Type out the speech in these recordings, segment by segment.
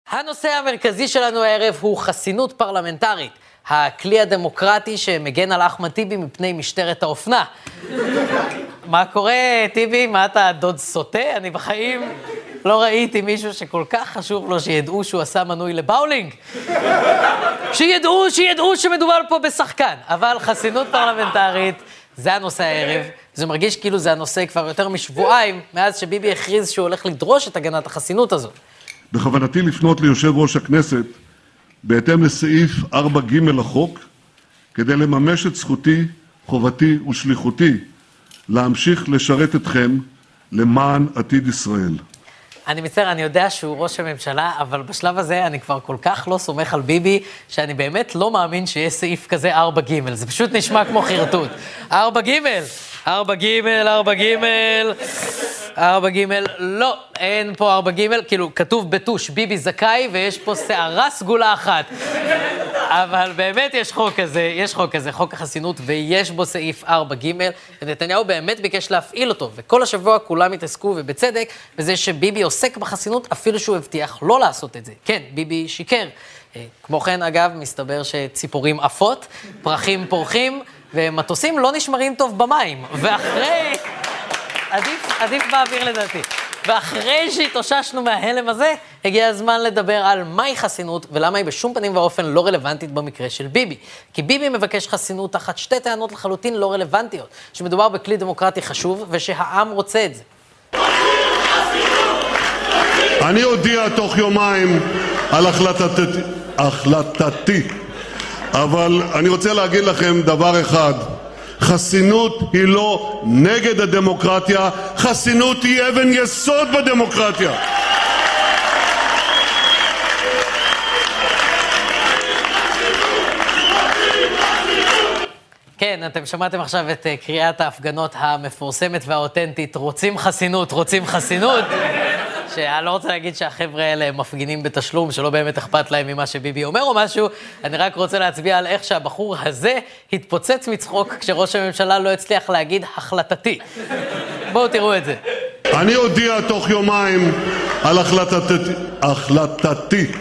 הנושא המרכזי שלנו הערב הוא חסינות פרלמנטרית, הכלי הדמוקרטי שמגן על אחמד טיבי מפני משטרת האופנה. מה קורה, טיבי? מה אתה דוד סוטה? אני בחיים לא ראיתי מישהו שכל כך חשוב לו שידעו שהוא עשה מנוי לבאולינג. שידעו שמדובר פה בשחקן. אבל חסינות פרלמנטרית זה הנושא הערב. זה מרגיש כאילו זה הנושא כבר יותר משבועיים מאז שביבי הכריז שהוא הולך לדרוש את הגנת החסינות הזאת. בכוונתי לפנות ליושב ראש הכנסת בהתאם לסעיף 4ג לחוק כדי לממש את זכותי, חובתי ושליחותי להמשיך לשרת אתכם למען עתיד ישראל. אני מצטער, אני יודע שהוא ראש הממשלה, אבל בשלב הזה אני כבר כל כך לא סומך על ביבי, שאני באמת לא מאמין שיש סעיף כזה 4ג. זה פשוט נשמע כמו חרטוט. 4ג, לא, אין פה 4ג, כאילו כתוב בטוש, ביבי זכאי, ויש פה שערה סגולה אחת. אבל באמת יש חוק כזה, חוק החסינות, ויש בו סעיף 4ג, ונתניהו באמת ביקש להפעיל אותו, וכל השבוע כולם התעסקו, ובצדק, בזה שביבי עוסק בחסינות, אפילו שהוא הבטיח לא לעשות את זה. כן, ביבי שיקר. כמו כן, אגב, מסתבר שציפורים עפות, פרחים פורחים, ומטוסים לא נשמרים טוב במים, ואחרי... עדיף באוויר לדעתי. ואחרי שהתאוששנו מההלם הזה, הגיע הזמן לדבר על מהי חסינות, ולמה היא בשום פנים ואופן לא רלוונטית במקרה של ביבי. כי ביבי מבקש חסינות תחת שתי טענות לחלוטין לא רלוונטיות, שמדובר בכלי דמוקרטי חשוב, ושהעם רוצה את זה. אני הודיע תוך יומיים על החלטתי, אבל אני רוצה להגיד לכם דבר אחד, חסינות היא לא נגד הדמוקרטיה, חסינות היא אבן יסוד בדמוקרטיה. כן, אתם שמעתם עכשיו את קריאת ההפגנות המפורסמת והאותנטית, רוצים חסינות. שאני לא רוצה להגיד שהחבר'ה האלה מפגינים בתשלום, שלא באמת אכפת להם ממה שביבי אומר או משהו, אני רק רוצה להצביע על איך שהבחור הזה התפוצץ מצחוק כשראש הממשלה לא הצליח להגיד החלטתי. בואו תראו את זה. אני הודיע תוך יומיים על החלטתי.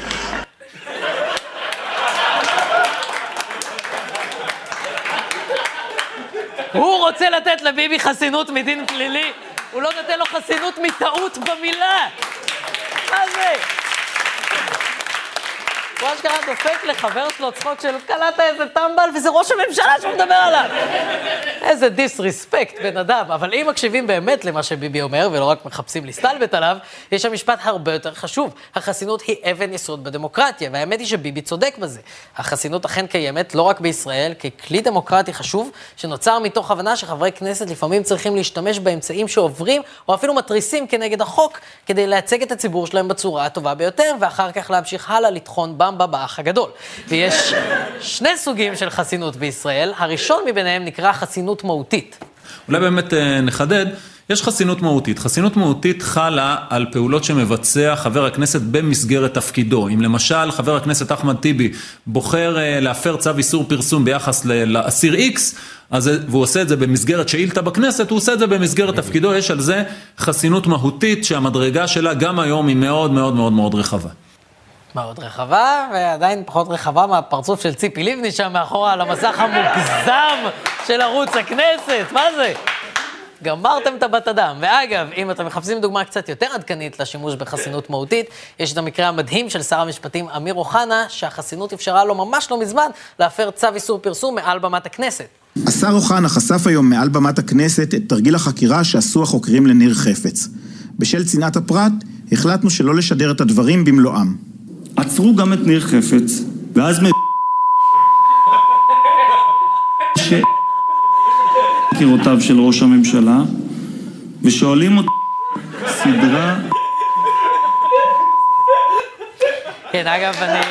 הוא רוצה לתת לביבי חסינות מדין פלילי, הוא לא נותן לו חסינות מטעות במילה. מה זה? הוא אשכרה דופק לחבר שלו צחוק של קלעת איזה טמבל, וזה ראש הממשלה שהוא מדבר עליו. איזה דיסריספקט בן אדם. אבל אם מקשיבים באמת למה שביבי אומר, ולא רק מחפשים להסתלבט עליו, יש שם משפט הרבה יותר חשוב. החסינות היא אבן יסוד בדמוקרטיה, והאמת היא שביבי צודק בזה. החסינות אכן קיימת לא רק בישראל, ככלי דמוקרטי חשוב, שנוצר מתוך הבנה שחברי כנסת לפעמים צריכים להשתמש באמצעים שעוברים, או אפילו מטריסים כנגד החוק, כדי להציג את הציבור שלהם בצורה הטובה ביותר, ואחר כך להמשיך הלאה לטחון במבה באח הגדול. ויש שני סוגים של חסינות בישראל. הראשון מביניהם נקרא חסינות מהותית. אולי באמת נחדד, יש חסינות מהותית. חסינות מהותית חלה על פעולות שמבצע חבר הכנסת במסגרת תפקידו. אם למשל חבר הכנסת אחמד טיבי בוחר להפר צו איסור פרסום ביחס לאסיר X, והוא עושה את זה במסגרת שאילתה בכנסת, הוא עושה את זה במסגרת תפקידו, יש על זה חסינות מהותית שהמדרגה שלה גם היום היא מאוד מאוד מאוד מאוד רחבה. מאוד רחבה, ועדיין פחות רחבה מהפרצוף של ציפי לבני שם מאחורה על המסך המוגזם של ערוץ הכנסת. מה זה? גמרתם את הבת אדם. ואגב, אם אתם מחפשים דוגמה קצת יותר עדכנית לשימוש בחסינות מהותית, יש את המקרה המדהים של שר המשפטים אמיר אוחנה, שהחסינות אפשרה לו ממש לא מזמן להפר צו איסור פרסום מעל במת הכנסת. השר אוחנה חשף היום מעל במת הכנסת את תרגיל החקירה שעשו החוקרים לניר חפץ. בשל צנעת הפרט, החלטנו שלא לשדר את הדברים במלואם. עצרו גם את ניר חפץ, ואז חקירותיו של ראש הממשלה, ושואלים אותי סדרה... כן, אגב,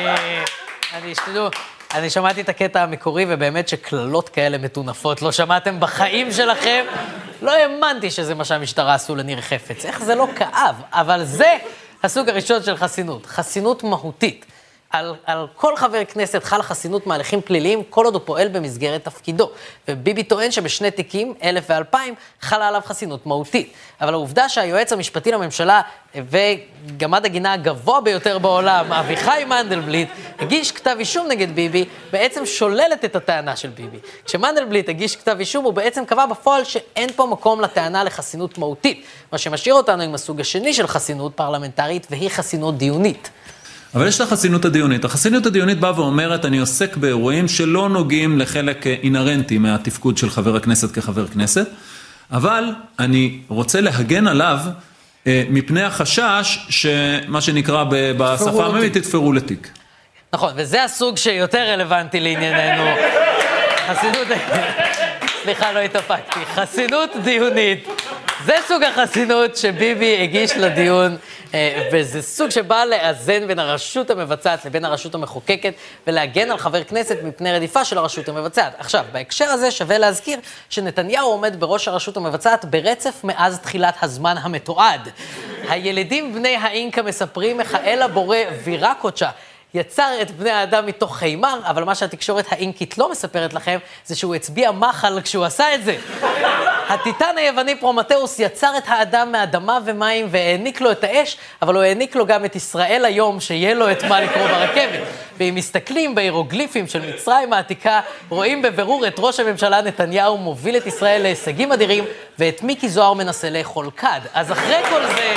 אני שמעתי את הקטע המקורי, ובאמת שכללות כאלה מטונפות לא שמעתם בחיים שלכם. לא האמנתי שזה מה שהמשטרה עשו לניר חפץ. איך זה לא כאב? אבל זה הסוג הראשון של חסינות, חסינות מהותית. על כל חבר כנסת חל חסינות מהליכים פליליים, כל עוד הוא פועל במסגרת תפקידו. וביבי טוען שבשני תיקים, 1000 ו-2000, חלה עליו חסינות מהותית. אבל העובדה שהיועץ המשפטי לממשלה, וגמד הגינה הגבוה ביותר בעולם, אביחי מנדלבליט, הגיש כתב אישום נגד ביבי, בעצם שוללת את הטענה של ביבי. כשמנדלבליט הגיש כתב אישום, הוא בעצם קבע בפועל שאין פה מקום לטענה לחסינות מהותית, מה שמשאיר אותנו עם הסוג השני של חסינות פרלמנטרית, והיא חסינות דיונית. אבל יש את החסינות הדיונית. החסינות הדיונית באה ואומרת, אני עוסק באירועים שלא נוגעים לחלק אינרנטי מהתפקוד של חבר הכנסת כחבר כנסת, אבל אני רוצה להגן עליו מפני החשש שמה שנקרא בשפה העממית תתפרו לתיק. נכון, וזה הסוג שיותר רלוונטי לענייננו. חסינות... סליחה, לא התאפקתי. חסינות דיונית. זה סוג החסינות שביבי הגיש לדיון, וזה סוג שבא לאזן בין הרשות המבצעת לבין הרשות המחוקקת, ולהגן על חבר כנסת מפני רדיפה של הרשות המבצעת. עכשיו, בהקשר הזה שווה להזכיר שנתניהו עומד בראש הרשות המבצעת ברצף מאז תחילת הזמן המתועד. הילידים בני האינקה מספרים איך האל הבורא וירקוצ'ה יצר את בני האדם מתוך חיימר, אבל מה שהתקשורת האינקית לא מספרת לכם, זה שהוא הצביע מחל כשהוא עשה את זה. הטיטן היווני פרומטאוס יצר את האדם מאדמה ומים והעניק לו את האש, אבל הוא העניק לו גם את ישראל היום, שיהיה לו את מה לקרוא ברכבת. ואם מסתכלים בהירוגליפים של מצרים העתיקה, רואים בבירור את ראש הממשלה נתניהו מוביל את ישראל להישגים אדירים, ואת מיקי זוהר מנסה לאכול כד. אז אחרי כל זה...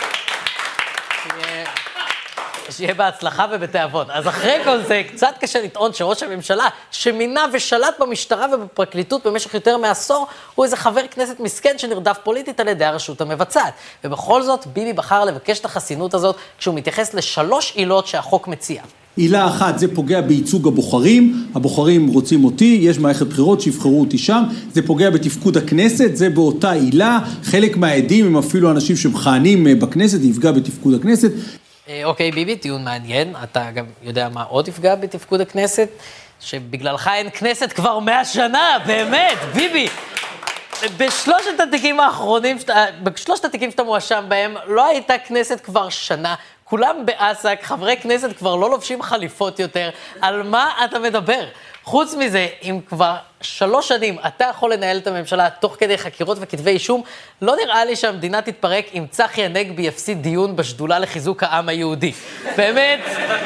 שיהיה בהצלחה ובתאבון. אז אחרי כל זה, קצת קשה לטעון שראש הממשלה, שמינה ושלט במשטרה ובפרקליטות במשך יותר מעשור, הוא איזה חבר כנסת מסכן שנרדף פוליטית על ידי הרשות המבצעת. ובכל זאת, ביבי בחר לבקש את החסינות הזאת, כשהוא מתייחס ל3 עילות שהחוק מציע. עילה אחת, זה פוגע בייצוג הבוחרים, הבוחרים רוצים אותי, יש מערכת בחירות שיבחרו אותי שם, זה פוגע בתפקוד הכנסת, זה באותה עילה, חלק מהעדים הם אפילו אנשים שמכהנים בכנסת, יפגע בתפקוד הכנסת. אוקיי, ביבי, טיעון מעניין. אתה גם יודע מה עוד יפגע בתפקוד הכנסת? שבגללך אין כנסת כבר 100 שנה, באמת, ביבי. בשלושת התיקים האחרונים, בשלושת התיקים שאתה מואשם בהם, לא הייתה כנסת כבר שנה. כולם בעסק, חברי כנסת כבר לא לובשים חליפות יותר. על מה אתה מדבר? חוץ מזה, אם כבר 3 שנים אתה יכול לנהל את הממשלה תוך כדי חקירות וכתבי אישום, לא נראה לי שהמדינה תתפרק אם צחי הנגבי יפסיד דיון בשדולה לחיזוק העם היהודי. באמת,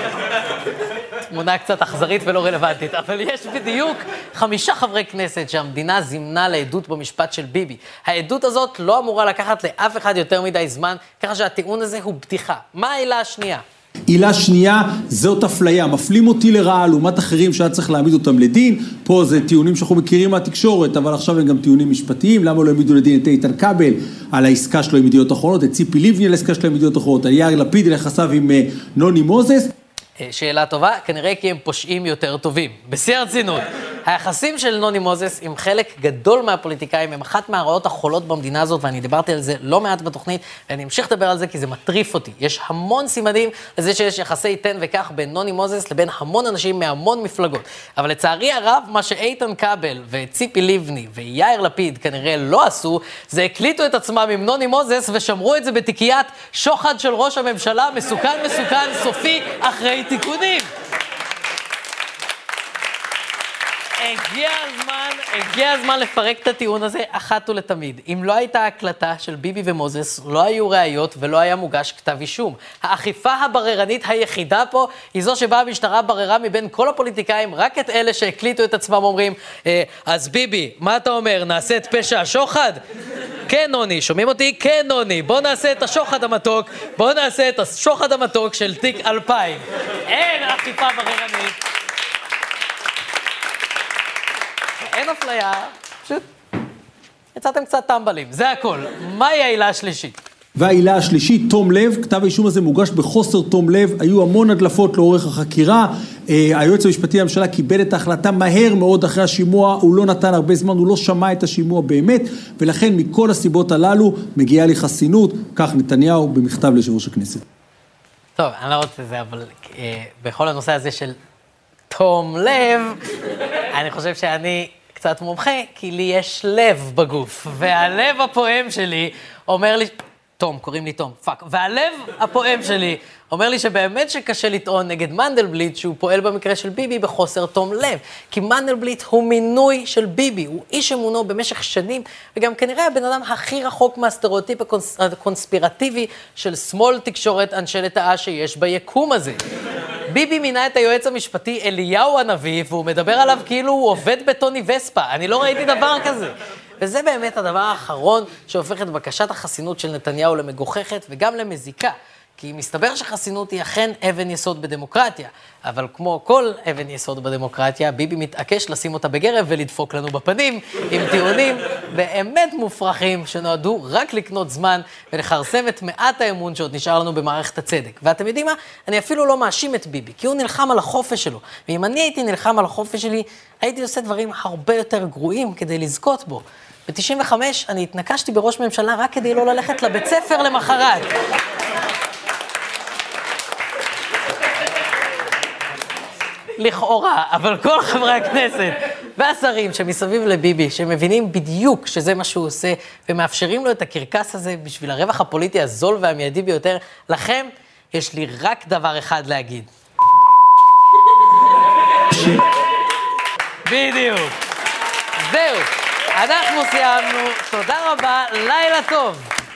תמונה קצת אכזרית ולא רלוונטית, אבל יש בדיוק 5 חברי כנסת שהמדינה זימנה לעדות במשפט של ביבי. העדות הזאת לא אמורה לקחת לאף אחד יותר מדי זמן, ככה שהטיעון הזה הוא בדיחה. מה העילה השנייה? עילה שנייה, זאת אפליה, מפלים אותי לרעה לעומת אחרים שהיה צריך להעמיד אותם לדין, פה זה טיעונים שאנחנו מכירים מהתקשורת, אבל עכשיו הם גם טיעונים משפטיים, למה לא העמידו לדין את איתן כבל על העסקה שלו עם ידיעות אחרונות, את ציפי לבני על העסקה שלו עם ידיעות אחרונות, על יאיר לפיד על יחסיו עם נוני מוזס. שאלה טובה, כנראה כי הם פושעים יותר טובים. בשיא הרצינות, היחסים של נוני מוזס עם חלק גדול מהפוליטיקאים הם אחת מהרעות החולות במדינה הזאת, ואני דיברתי על זה לא מעט בתוכנית, ואני אמשיך לדבר על זה כי זה מטריף אותי. יש המון סימנים לזה שיש יחסי תן וכך בין נוני מוזס לבין המון אנשים מהמון מפלגות. אבל לצערי הרב, מה שאיתן כבל וציפי לבני ויאיר לפיד כנראה לא עשו, זה הקליטו את עצמם עם נוני מוזס ושמרו את זה בתיקיית שוחד של ראש הממשלה, מסוכן, סופי, אחרי תיקונים. הגיע הזמן לפרק את הטיעון הזה אחת ולתמיד. אם לא הייתה הקלטה של ביבי ומוזס, לא היו ראיות ולא היה מוגש כתב אישום. האכיפה הבררנית היחידה פה היא זו שבה המשטרה בררה מבין כל הפוליטיקאים, רק את אלה שהקליטו את עצמם אומרים, אז ביבי, מה אתה אומר? נעשה את פשע השוחד? כן נוני, שומעים אותי? כן נוני, בוא נעשה את השוחד המתוק, בוא נעשה את השוחד המתוק של תיק 2000. אין אכיפה בררנית. אין אפליה, פשוט יצאתם קצת טמבלים, זה הכל. מהי העילה השלישית? והעילה השלישית, תום לב, כתב האישום הזה מוגש בחוסר תום לב, היו המון הדלפות לאורך החקירה, היועץ המשפטי לממשלה קיבל את ההחלטה מהר מאוד אחרי השימוע, הוא לא נתן הרבה זמן, הוא לא שמע את השימוע באמת, ולכן מכל הסיבות הללו מגיעה לי חסינות, כך נתניהו במכתב ליושב ראש הכנסת. טוב, אני לא רוצה זה, אבל בכל הנושא הזה של תום לב, אני חושב שאני קצת מומחה, כי לי יש לב בגוף, והלב הפועם שלי אומר לי, תום, קוראים לי תום, פאק. והלב הפועם שלי אומר לי שבאמת שקשה לטעון נגד מנדלבליט שהוא פועל במקרה של ביבי בחוסר תום לב. כי מנדלבליט הוא מינוי של ביבי, הוא איש אמונו במשך שנים, וגם כנראה הבן אדם הכי רחוק מהסטריאוטיפ הקונספירטיבי של שמאל תקשורת אנשי לטאה שיש ביקום הזה. ביבי מינה את היועץ המשפטי אליהו הנביא, והוא מדבר עליו כאילו הוא עובד בטוני וספה. אני לא ראיתי דבר כזה. וזה באמת הדבר האחרון שהופך את בקשת החסינות של נתניהו למגוחכת וגם למזיקה. כי מסתבר שחסינות היא אכן אבן יסוד בדמוקרטיה, אבל כמו כל אבן יסוד בדמוקרטיה, ביבי מתעקש לשים אותה בגרב ולדפוק לנו בפנים עם טיעונים באמת מופרכים שנועדו רק לקנות זמן ולחרסם את מעט האמון שעוד נשאר לנו במערכת הצדק. ואתם יודעים מה? אני אפילו לא מאשים את ביבי, כי הוא נלחם על החופש שלו. ואם אני הייתי נלחם על החופש שלי, הייתי עושה דברים הרבה יותר גרועים כדי לזכות בו. ב-95 אני התנקשתי בראש ממשלה רק כדי לא ללכת לבית ספר למחרת. לכאורה, אבל כל חברי הכנסת והשרים שמסביב לביבי, שמבינים בדיוק שזה מה שהוא עושה, ומאפשרים לו את הקרקס הזה בשביל הרווח הפוליטי הזול והמיידי ביותר, לכם יש לי רק דבר אחד להגיד. בדיוק. זהו. אנחנו סיימנו. תודה רבה. לילה טוב.